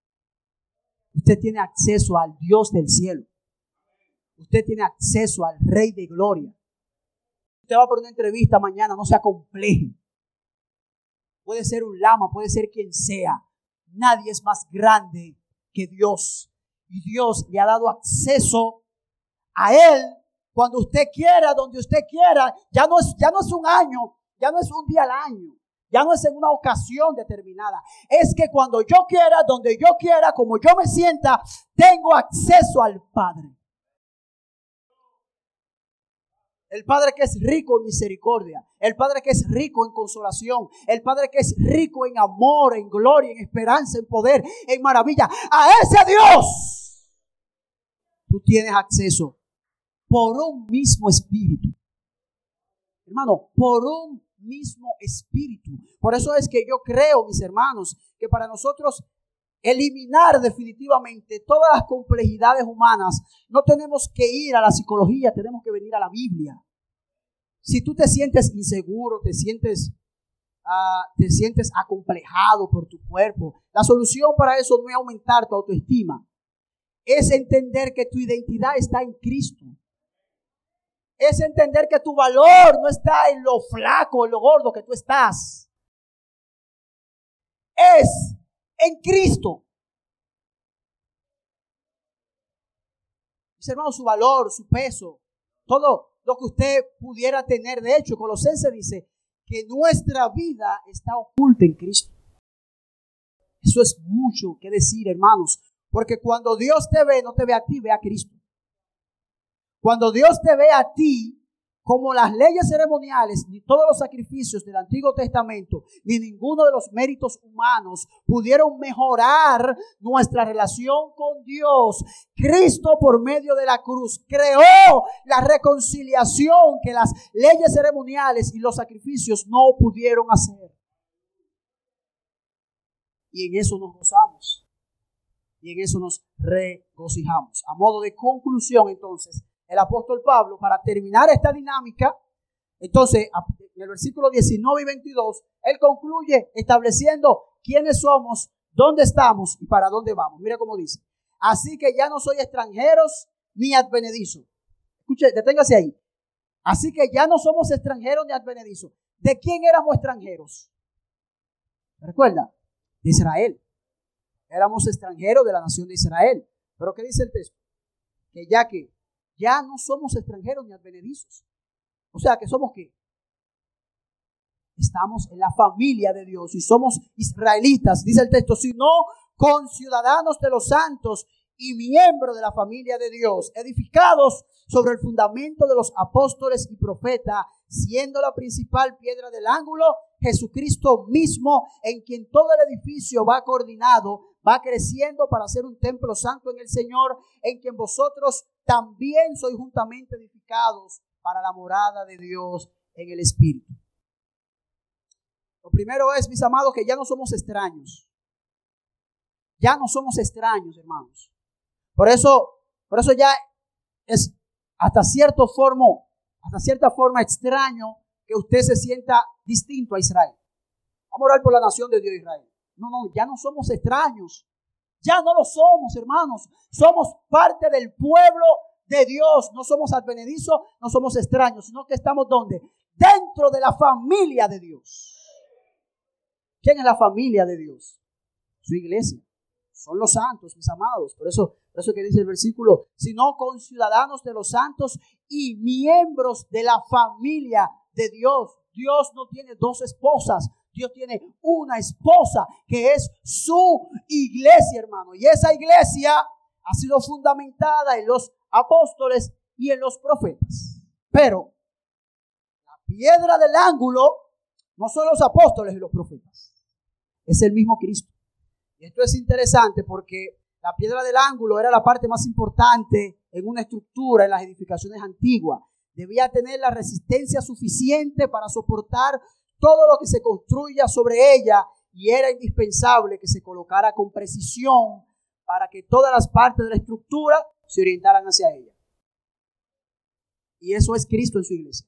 Usted tiene acceso al Dios del cielo. Usted tiene acceso al Rey de Gloria. Usted va por una entrevista mañana, no se acompleje. Puede ser un lama, puede ser quien sea. Nadie es más grande que Dios. Y Dios le ha dado acceso a Él cuando usted quiera, donde usted quiera. Ya no es, ya no es un año, ya no es un día al año, ya no es en una ocasión determinada. Es que cuando yo quiera, donde yo quiera, como yo me sienta, tengo acceso al Padre. El Padre que es rico en misericordia, el Padre que es rico en consolación, el Padre que es rico en amor, en gloria, en esperanza, en poder, en maravilla. A ese Dios tú tienes acceso por un mismo espíritu. Hermano, por un mismo espíritu. Por eso es que yo creo, mis hermanos, que para nosotros eliminar definitivamente todas las complejidades humanas, no tenemos que ir a la psicología, tenemos que venir a la Biblia. Si tú te sientes inseguro, te sientes, uh, te sientes acomplejado por tu cuerpo, la solución para eso no es aumentar tu autoestima, es entender que tu identidad está en Cristo. Es entender que tu valor no está en lo flaco, en lo gordo que tú estás. Es en Cristo. Mis hermanos, su valor, su peso, todo lo que usted pudiera tener. De hecho, Colosenses dice que nuestra vida está oculta en Cristo. Eso es mucho que decir, hermanos, porque cuando Dios te ve, no te ve a ti, ve a Cristo. Cuando Dios te ve a ti, como las leyes ceremoniales, ni todos los sacrificios del Antiguo Testamento, ni ninguno de los méritos humanos pudieron mejorar nuestra relación con Dios, Cristo por medio de la cruz creó la reconciliación que las leyes ceremoniales y los sacrificios no pudieron hacer. Y en eso nos gozamos. Y en eso nos regocijamos. A modo de conclusión, entonces, el apóstol Pablo, para terminar esta dinámica, entonces, en el versículo diecinueve y veintidós, él concluye estableciendo quiénes somos, dónde estamos y para dónde vamos. Mira cómo dice. Así que ya no soy extranjeros ni advenedizos. Escuche, deténgase ahí. Así que ya no somos extranjeros ni advenedizos. ¿De quién éramos extranjeros? ¿Recuerda? De Israel. Éramos extranjeros de la nación de Israel. ¿Pero qué dice el texto? Que ya que ya no somos extranjeros ni advenedizos. O sea, ¿que somos qué? Estamos en la familia de Dios y somos israelitas, dice el texto, sino conciudadanos de los santos y miembros de la familia de Dios, edificados sobre el fundamento de los apóstoles y profetas, siendo la principal piedra del ángulo Jesucristo mismo, en quien todo el edificio va coordinado, va creciendo para ser un templo santo en el Señor, en quien vosotros también sois juntamente edificados para la morada de Dios en el Espíritu. Lo primero es, mis amados, que ya no somos extraños. Ya no somos extraños, hermanos. Por eso, por eso ya es hasta cierto forma, hasta cierta forma extraño que usted se sienta distinto a Israel. Vamos a orar por la nación de Dios, Israel. No, no, ya no somos extraños. Ya no lo somos, hermanos. Somos parte del pueblo de Dios. No somos advenedizos, no somos extraños, sino que estamos ¿dónde? Dentro de la familia de Dios. ¿Quién es la familia de Dios? Su iglesia. Son los santos, mis amados. Por eso, por eso que dice el versículo, sino conciudadanos de los santos y miembros de la familia de Dios. Dios no tiene dos esposas. Dios tiene una esposa que es su iglesia, hermano. Y esa iglesia ha sido fundamentada en los apóstoles y en los profetas. Pero la piedra del ángulo no son los apóstoles y los profetas. Es el mismo Cristo. Y esto es interesante porque la piedra del ángulo era la parte más importante en una estructura en las edificaciones antiguas. Debía tener la resistencia suficiente para soportar todo lo que se construya sobre ella y era indispensable que se colocara con precisión para que todas las partes de la estructura se orientaran hacia ella. Y eso es Cristo en su iglesia.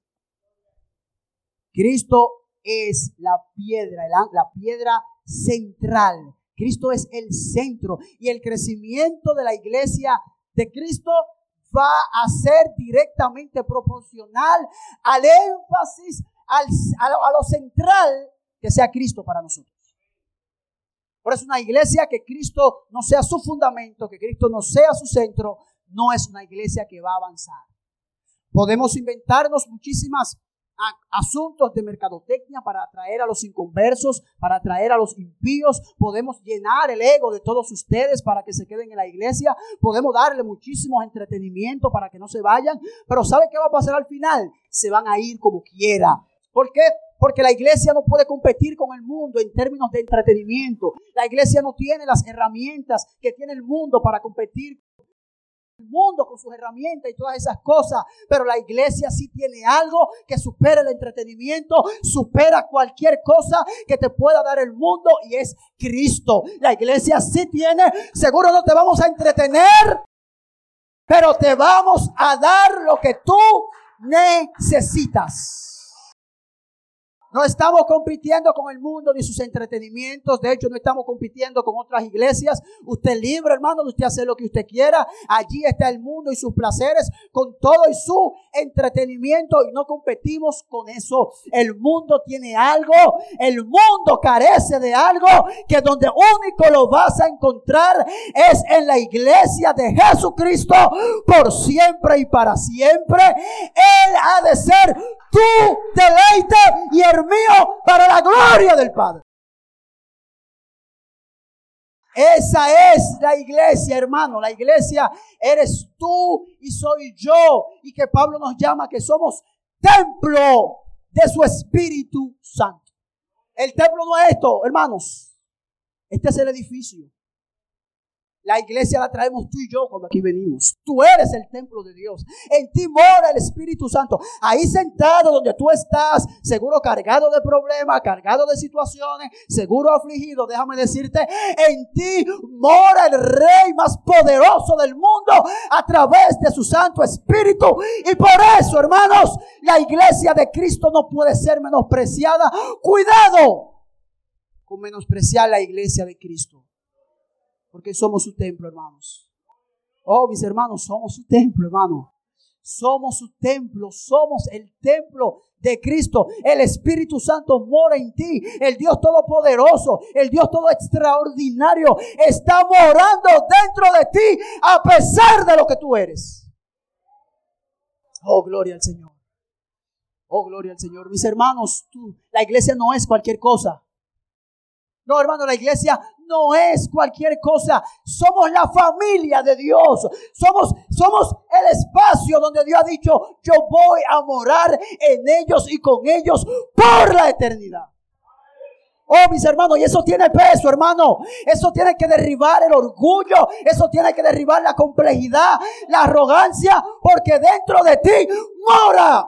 Cristo es la piedra, la piedra central. Cristo es el centro y el crecimiento de la iglesia de Cristo va a ser directamente proporcional al énfasis, al, a, lo, a lo central que sea Cristo para nosotros. Por eso una iglesia que Cristo no sea su fundamento, que Cristo no sea su centro, no es una iglesia que va a avanzar. Podemos inventarnos muchísimas asuntos de mercadotecnia para atraer a los inconversos, para atraer a los impíos. Podemos llenar el ego de todos ustedes para que se queden en la iglesia. Podemos darle muchísimos entretenimientos para que no se vayan. Pero ¿sabe qué va a pasar al final? Se van a ir como quiera. ¿Por qué? Porque la iglesia no puede competir con el mundo en términos de entretenimiento. La iglesia no tiene las herramientas que tiene el mundo para competir el mundo con sus herramientas y todas esas cosas, pero la iglesia sí tiene algo que supera el entretenimiento, supera cualquier cosa que te pueda dar el mundo y es Cristo. La iglesia sí tiene, seguro no te vamos a entretener, pero te vamos a dar lo que tú necesitas. No estamos compitiendo con el mundo ni sus entretenimientos. De hecho, no estamos compitiendo con otras iglesias. Usted es libre, hermano, de usted hacer lo que usted quiera. Allí está el mundo y sus placeres con todo y su entretenimiento. Y no competimos con eso. El mundo tiene algo. El mundo carece de algo que donde único lo vas a encontrar es en la iglesia de Jesucristo por siempre y para siempre. Él ha de ser tu deleite y el mío para la gloria del Padre. Esa es la iglesia, hermano. La iglesia eres tú y soy yo. Y que Pablo nos llama que somos templo de su Espíritu Santo. El templo no es esto, hermanos. Este es el edificio. La iglesia la traemos tú y yo cuando aquí venimos. Tú eres el templo de Dios. En ti mora el Espíritu Santo. Ahí sentado donde tú estás, seguro cargado de problemas, cargado de situaciones, seguro afligido. Déjame decirte, en ti mora el Rey más poderoso del mundo a través de su Santo Espíritu. Y por eso, hermanos, la iglesia de Cristo no puede ser menospreciada. Cuidado con menospreciar la iglesia de Cristo. Porque somos su templo, hermanos. Oh, mis hermanos, somos su templo, hermano. Somos su templo, somos el templo de Cristo. El Espíritu Santo mora en ti. El Dios Todopoderoso, el Dios Todo Extraordinario está morando dentro de ti a pesar de lo que tú eres. Oh, gloria al Señor. Oh, gloria al Señor. Mis hermanos, tú, la iglesia no es cualquier cosa. No, hermano, la iglesia no es cualquier cosa. Somos la familia de Dios. Somos, somos el espacio donde Dios ha dicho, yo voy a morar en ellos y con ellos por la eternidad. Oh, mis hermanos, y eso tiene peso, hermano. Eso tiene que derribar el orgullo. Eso tiene que derribar la complejidad, la arrogancia, porque dentro de ti mora.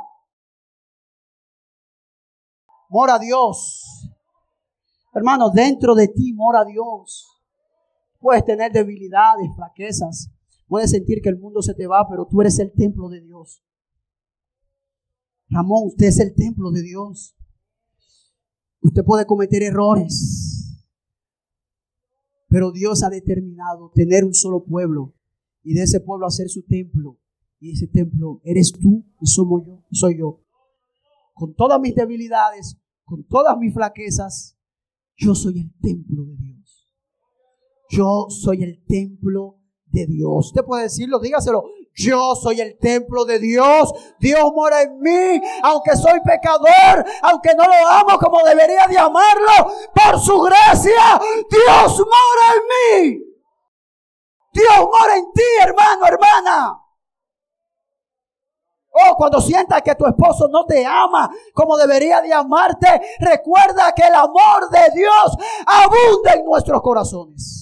Mora Dios. Hermano, dentro de ti mora Dios. Puedes tener debilidades, flaquezas. Puedes sentir que el mundo se te va, pero tú eres el templo de Dios. Ramón, usted es el templo de Dios. Usted puede cometer errores, pero Dios ha determinado tener un solo pueblo y de ese pueblo hacer su templo. Y ese templo eres tú y somos yo, soy yo. Con todas mis debilidades, con todas mis flaquezas, yo soy el templo de Dios. Yo soy el templo de Dios. Usted puede decirlo, dígaselo. Yo soy el templo de Dios. Dios mora en mí, aunque soy pecador, aunque no lo amo como debería de amarlo. Por su gracia, Dios mora en mí. Dios mora en ti, hermano, hermana. Oh, cuando sientas que tu esposo no te ama como debería de amarte, recuerda que el amor de Dios abunda en nuestros corazones.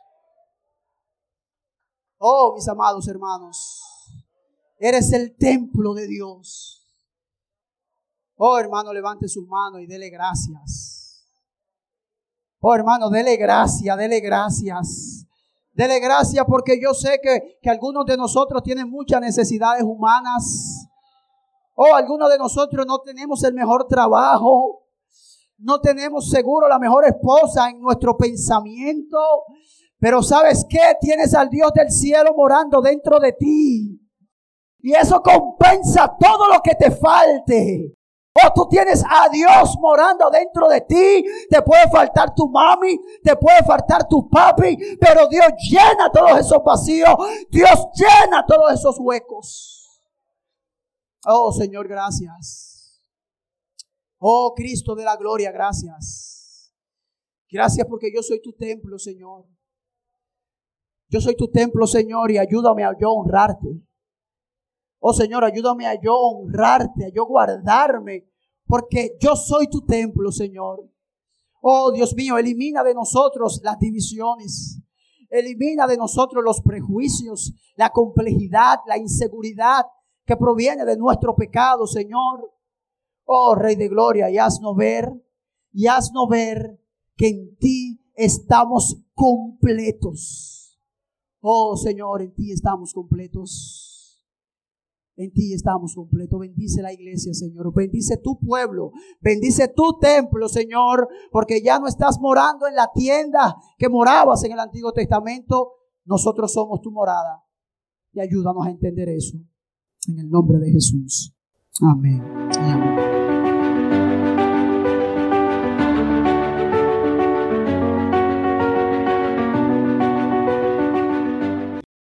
Oh, mis amados hermanos, eres el templo de Dios. Oh, hermano, levante sus manos y dele gracias. Oh, hermano, dele gracias, dele gracias. Dele gracias porque yo sé que, que algunos de nosotros tienen muchas necesidades humanas. Oh, algunos de nosotros no tenemos el mejor trabajo. No tenemos seguro la mejor esposa en nuestro pensamiento. Pero ¿sabes qué? Tienes al Dios del cielo morando dentro de ti. Y eso compensa todo lo que te falte. Oh, tú tienes a Dios morando dentro de ti. Te puede faltar tu mami, te puede faltar tu papi, pero Dios llena todos esos vacíos. Dios llena todos esos huecos. Oh, Señor, gracias. Oh, Cristo de la gloria, gracias. Gracias porque yo soy tu templo, Señor. Yo soy tu templo, Señor, y ayúdame a yo honrarte. Oh, Señor, ayúdame a yo honrarte, a yo guardarme, porque yo soy tu templo, Señor. Oh, Dios mío, elimina de nosotros las divisiones. Elimina de nosotros los prejuicios, la complejidad, la inseguridad que proviene de nuestro pecado, Señor. Oh, Rey de Gloria, y haznos ver, y haznos ver que en ti estamos completos. Oh, Señor, en ti estamos completos. En ti estamos completos. Bendice la iglesia, Señor. Bendice tu pueblo. Bendice tu templo, Señor. Porque ya no estás morando en la tienda que morabas en el Antiguo Testamento. Nosotros somos tu morada. Y ayúdanos a entender eso. En el nombre de Jesús. Amén. Amén.